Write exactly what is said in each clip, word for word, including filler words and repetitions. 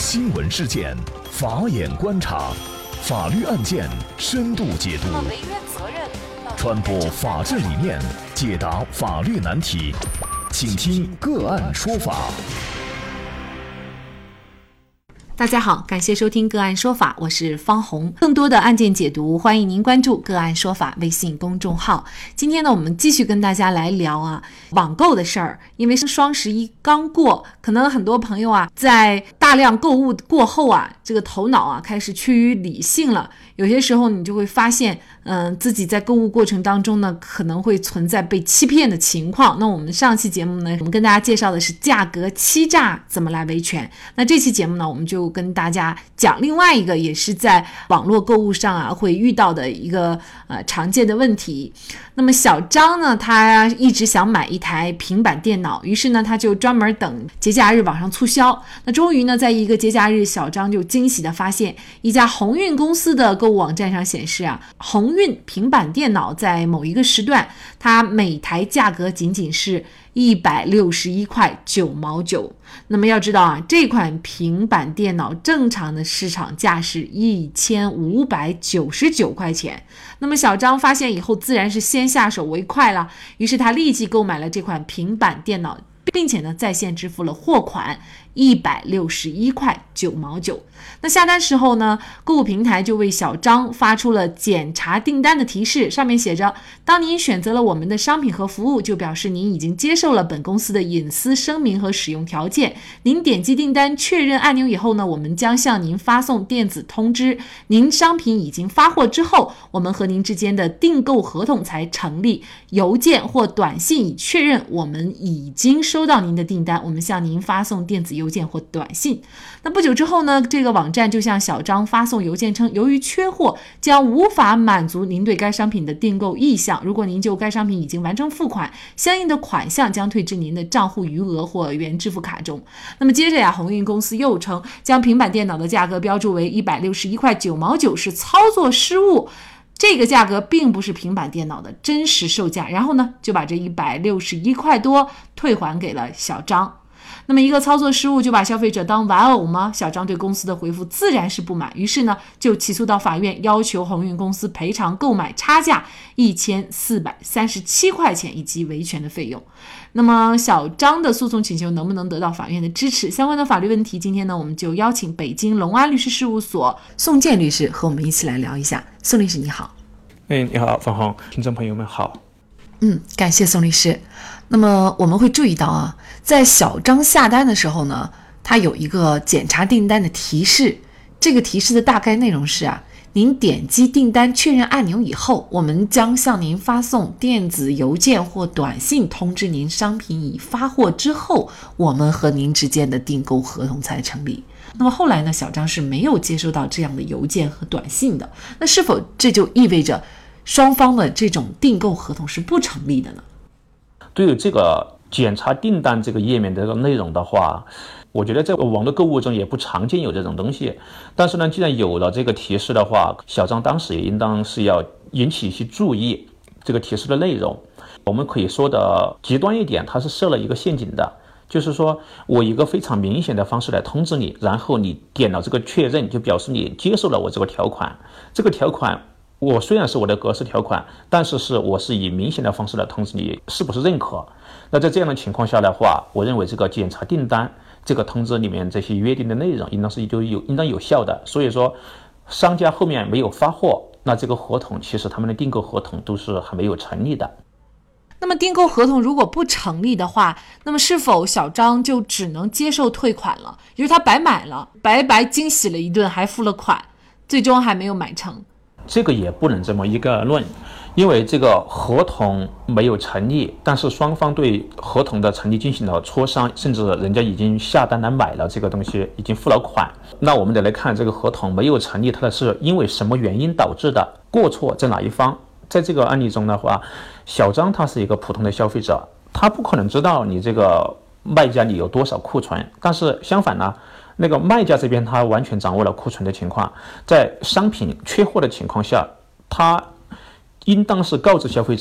新闻事件，法眼观察，法律案件深度解读，传播法治理念，解答法律难题，请听个案说法。 大家好，感谢收听个案说法，我是方红。更多的案件解读，欢迎您关注个案说法微信公众号。今天呢，我们继续跟大家来聊啊网购的事儿。因为双十一刚过，可能很多朋友啊在大量购物过后啊，这个头脑啊开始趋于理性了。有些时候你就会发现，嗯、呃，自己在购物过程当中呢，可能会存在被欺骗的情况。那我们上期节目呢，我们跟大家介绍的是价格欺诈怎么来维权。那这期节目呢，我们就跟大家讲另外一个也是在网络购物上啊会遇到的一个呃常见的问题。那么小张呢，他一直想买一台平板电脑，于是呢他就专门等节假日网上促销。那终于呢，在一个节假日，小张就惊喜的发现，一家鸿运公司的购物网站上显示啊，鸿运平板电脑在某一个时段，它每台价格仅仅是一百六十一块九毛九。那么要知道啊，这款平板电脑正常的市场价是一千五百九十九块钱。那么小张发现以后，自然是先下手为快了，于是他立即购买了这款平板电脑，并且呢在线支付了货款一百六十一块九毛九。那下单时候呢，购物平台就为小张发出了检查订单的提示，上面写着：当您选择了我们的商品和服务，就表示您已经接受了本公司的隐私声明和使用条件。您点击订单确认按钮以后呢，我们将向您发送电子通知。您商品已经发货之后，我们和您之间的订购合同才成立。邮件或短信已确认我们已经收到您的订单，我们向您发送电子邮件或短信。那不久之后呢，这个网站就向小张发送邮件称，由于缺货，将无法满足您对该商品的订购意向。如果您就该商品已经完成付款，相应的款项将退至您的账户余额或原支付卡中。那么接着呀，鸿运公司又称，将平板电脑的价格标注为一百六十一块九毛九是操作失误。这个价格并不是平板电脑的真实售价，然后呢，就把这一百六十一块多退还给了小张。那么一个操作失误就把消费者当玩偶吗？小张对公司的回复自然是不满，于是呢就起诉到法院，要求鸿运公司赔偿购买差价一千四百三十七块钱以及维权的费用。那么小张的诉讼请求能不能得到法院的支持？相关的法律问题，今天呢我们就邀请北京隆安律师事务所宋健律师和我们一起来聊一下。宋律师你好。 哎，你好，方红，听众朋友们好。 嗯，感谢宋律师。那么我们会注意到啊，在小张下单的时候呢，他有一个检查订单的提示。这个提示的大概内容是啊，您点击订单确认按钮以后，我们将向您发送电子邮件或短信通知您商品已发货之后，我们和您之间的订购合同才成立。那么后来呢，小张是没有接收到这样的邮件和短信的。那是否这就意味着双方的这种订购合同是不成立的呢？ 对于这个检查订单这个页面的这个内容的话，我觉得在网络购物中也不常见有这种东西。但是呢，既然有了这个提示的话，小张当时也应当是要引起一些注意这个提示的内容。我们可以说的极端一点，它是设了一个陷阱的，就是说我以一个非常明显的方式来通知你，然后你点了这个确认，就表示你接受了我这个条款。这个条款我虽然是我的格式条款，但是是我是以明显的方式来通知你是不是认可。那在这样的情况下的话，我认为这个检查订单这个通知里面这些约定的内容应当是就有应当有效的。所以说商家后面没有发货，那这个合同其实他们的订购合同都是还没有成立的。 那么订购合同如果不成立的话，那么是否小张就只能接受退款了？就是他白买了，白白惊喜了一顿，还付了款，最终还没有买成。 这个也不能这么一概而论，因为这个合同没有成立，但是双方对合同的成立进行了磋商，甚至人家已经下单来买了这个东西，已经付了款。那我们得来看这个合同没有成立，它的是因为什么原因导致的，过错在哪一方。在这个案例中的话，小张他是一个普通的消费者，他不可能知道你这个卖家里有多少库存，但是相反呢，那个卖家这边他完全掌握了库存的情况，在商品缺货的情况下，他应当是告知消费者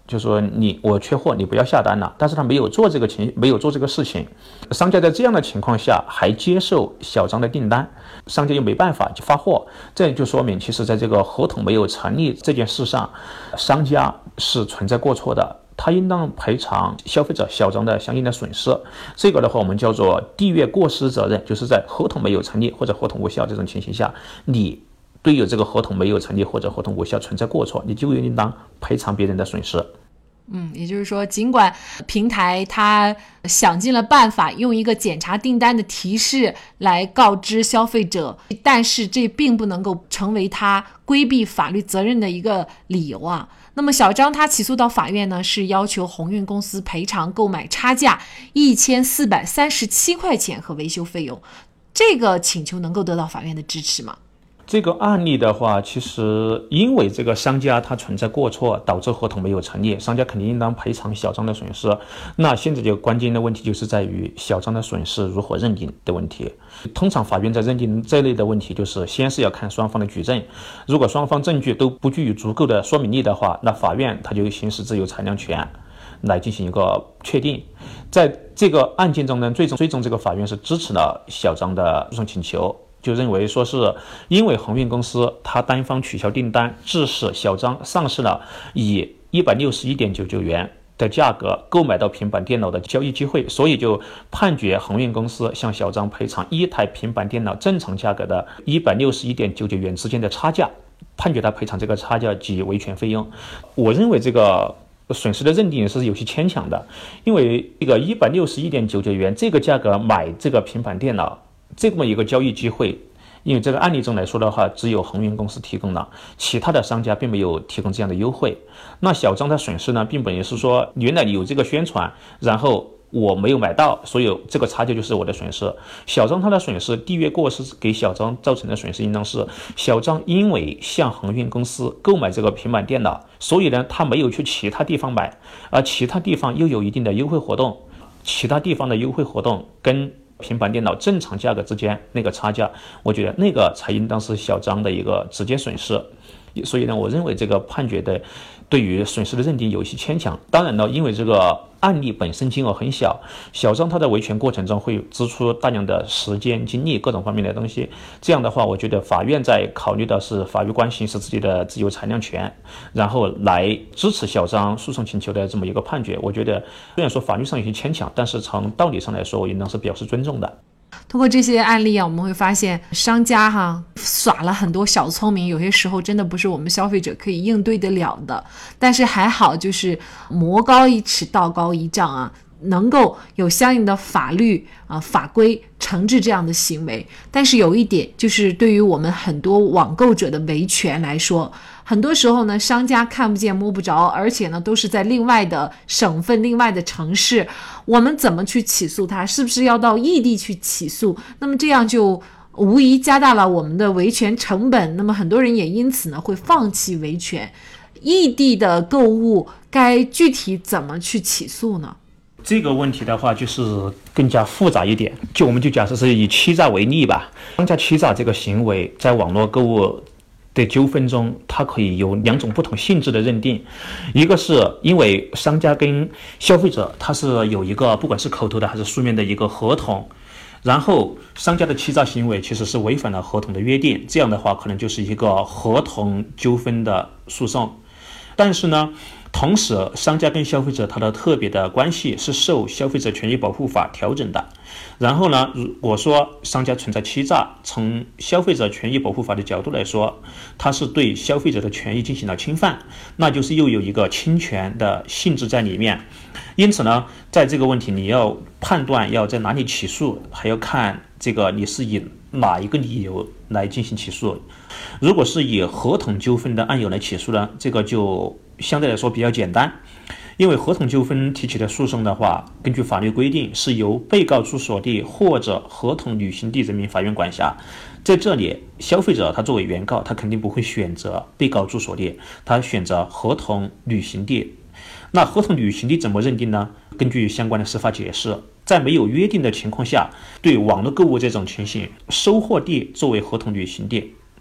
就说你我缺货，你不要下单了，但是他没有做这个情，没有做这个事情，商家在这样的情况下还接受小张的订单，商家又没办法去发货，这就说明其实在这个合同没有成立这件事上，商家是存在过错的，他应当赔偿消费者小张的相应的损失。这个的话我们叫做缔约过失责任，就是在合同没有成立或者合同无效这种情形下，你对于这个合同没有成立或者合同无效存在过错，你就应当赔偿别人的损失。 嗯，也就是说，尽管平台它想尽了办法用一个检查订单的提示来告知消费者，但是这并不能够成为他规避法律责任的一个理由啊。那么小张他起诉到法院呢，是要求鸿运公司赔偿购买差价一千四百三十七块钱和维修费用。这个请求能够得到法院的支持吗？ 这个案例的话，其实因为这个商家他存在过错，导致合同没有成立，商家肯定应当赔偿小张的损失。那现在就关键的问题就是在于小张的损失如何认定的问题。通常法院在认定这类的问题，就是先是要看双方的举证，如果双方证据都不具有足够的说明力的话，那法院他就行使自由裁量权来进行一个确定。在这个案件中呢，最终最终这个法院是支持了小张的诉讼请求，就认为说是因为鸿运公司他单方取消订单，致使小张丧失了以一百六十一点九九元的价格购买到平板电脑的交易机会，所以就判决鸿运公司向小张赔偿一台平板电脑正常价格的一百六十一点九九元之间的差价，判决他赔偿这个差价及维权费用。我认为这个损失的认定是有些牵强的，因为这个一百六十一点九九元这个价格买这个平板电脑这么一个交易机会，因为这个案例中来说的话，只有鸿运公司提供了，其他的商家并没有提供这样的优惠。那小张的损失呢，并不是说原来有这个宣传，然后我没有买到，所以这个差价就是我的损失。小张他的损失，缔约过失给小张造成的损失应当是小张因为向鸿运公司购买这个平板电脑，所以呢他没有去其他地方买，而其他地方又有一定的优惠活动，其他地方的优惠活动跟平板电脑正常价格之间那个差价，我觉得那个才应当是小张的一个直接损失。所以呢，我认为这个判决的对于损失的认定有些牵强。当然了，因为这个案例本身金额很小，小张他在维权过程中会支出大量的时间、精力各种方面的东西。这样的话，我觉得法院在考虑的是法律官行使自己的自由裁量权，然后来支持小张诉讼请求的这么一个判决。我觉得虽然说法律上有些牵强，但是从道理上来说，我应当是表示尊重的。 通过这些案例啊，我们会发现商家哈耍了很多小聪明，有些时候真的不是我们消费者可以应对得了的。但是还好，就是魔高一尺道高一丈啊，能够有相应的法律啊法规惩治这样的行为。但是有一点，就是对于我们很多网购者的维权来说，很多时候呢，商家看不见摸不着，而且呢，都是在另外的省份、另外的城市，我们怎么去起诉他？是不是要到异地去起诉？那么这样就无疑加大了我们的维权成本。那么很多人也因此呢，会放弃维权。异地的购物该具体怎么去起诉呢？ 这个问题的话，就是更加复杂一点。就我们就假设是以欺诈为例吧，商家欺诈这个行为，在网络购物的纠纷中，它可以有两种不同性质的认定。一个是因为商家跟消费者他是有一个不管是口头的还是书面的一个合同，然后商家的欺诈行为其实是违反了合同的约定，这样的话可能就是一个合同纠纷的诉讼。但是呢，同时商家跟消费者他的特别的关系是受消费者权益保护法调整的。然后呢，如果说商家存在欺诈，从消费者权益保护法的角度来说，它是对消费者的权益进行了侵犯，那就是又有一个侵权的性质在里面。因此呢，在这个问题你要判断要在哪里起诉，还要看这个你是以哪一个理由来进行起诉。如果是以合同纠纷的案由来起诉呢，这个就相对来说比较简单。因为合同纠纷提起的诉讼的话，根据法律规定是由被告住所地或者合同履行地人民法院管辖。在这里，消费者他作为原告，他肯定不会选择被告住所地，他选择合同履行地。那合同履行地怎么认定呢？根据相关的司法解释，在没有约定的情况下，对网络购物这种情形，收货地作为合同履行地。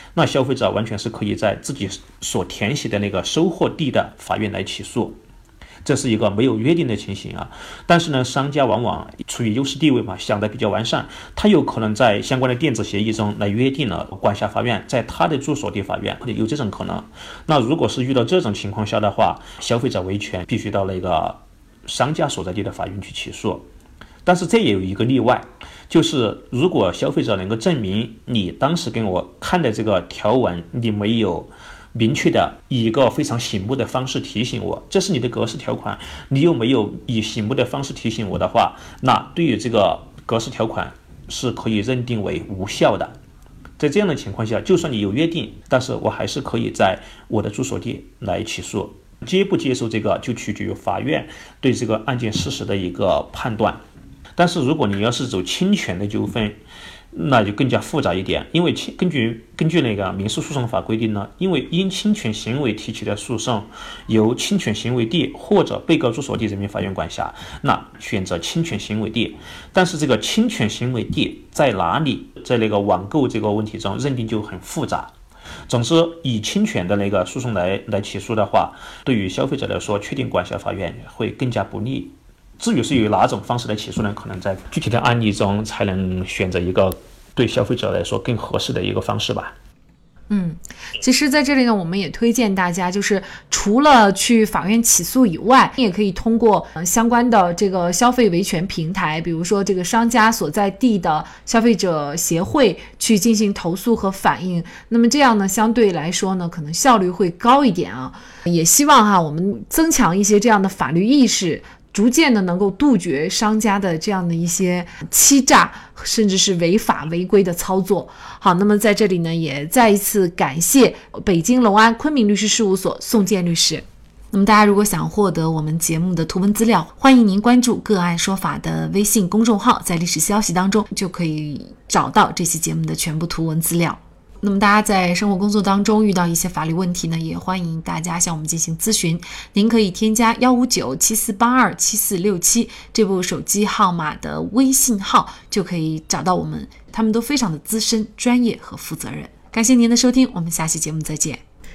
那消费者完全是可以在自己所填写的那个收货地的法院来起诉。这是一个没有约定的情形啊，但是呢，商家往往处于优势地位嘛，想得比较完善，他有可能在相关的电子协议中来约定了管辖法院在他的住所地法院，有这种可能。那如果是遇到这种情况下的话，消费者维权必须到那个商家所在地的法院去起诉。但是这也有一个例外，就是如果消费者能够证明你当时跟我看的这个条文，你没有明确的以一个非常醒目的方式提醒我，这是你的格式条款，你又没有以醒目的方式提醒我的话，那对于这个格式条款是可以认定为无效的。在这样的情况下，就算你有约定，但是我还是可以在我的住所地来起诉。接不接受这个就取决于法院对这个案件事实的一个判断。但是如果你要是走侵权的纠纷，那就更加复杂一点，因为根据根据那个民事诉讼法规定呢，因为因侵权行为提起的诉讼由侵权行为地或者被告住所地人民法院管辖，那选择侵权行为地。但是这个侵权行为地在哪里，在那个网购这个问题中认定就很复杂。总之，以侵权的那个诉讼来来起诉的话，对于消费者来说，确定管辖法院会更加不利。至于是以哪种方式来起诉呢？可能在具体的案例中才能选择一个对消费者来说更合适的一个方式吧。 嗯，其实在这里呢，我们也推荐大家，就是除了去法院起诉以外，你也可以通过、呃、相关的这个消费维权平台，比如说这个商家所在地的消费者协会去进行投诉和反映。那么这样呢，相对来说呢，可能效率会高一点啊。也希望哈，我们增强一些这样的法律意识，逐渐的能够杜绝商家的这样的一些欺诈甚至是违法违规的操作。好，那么在这里呢，也再一次感谢北京隆安昆明律师事务所宋健律师。那么大家如果想获得我们节目的图文资料，欢迎您关注个案说法的微信公众号，在历史消息当中就可以找到这期节目的全部图文资料。那么大家在生活工作当中遇到一些法律问题呢，也欢迎大家向我们进行咨询。您可以添加一五九七四八二七四六七这部手机号码的微信号，就可以找到我们，他们都非常的资深、专业和负责任。感谢您的收听，我们下期节目再见。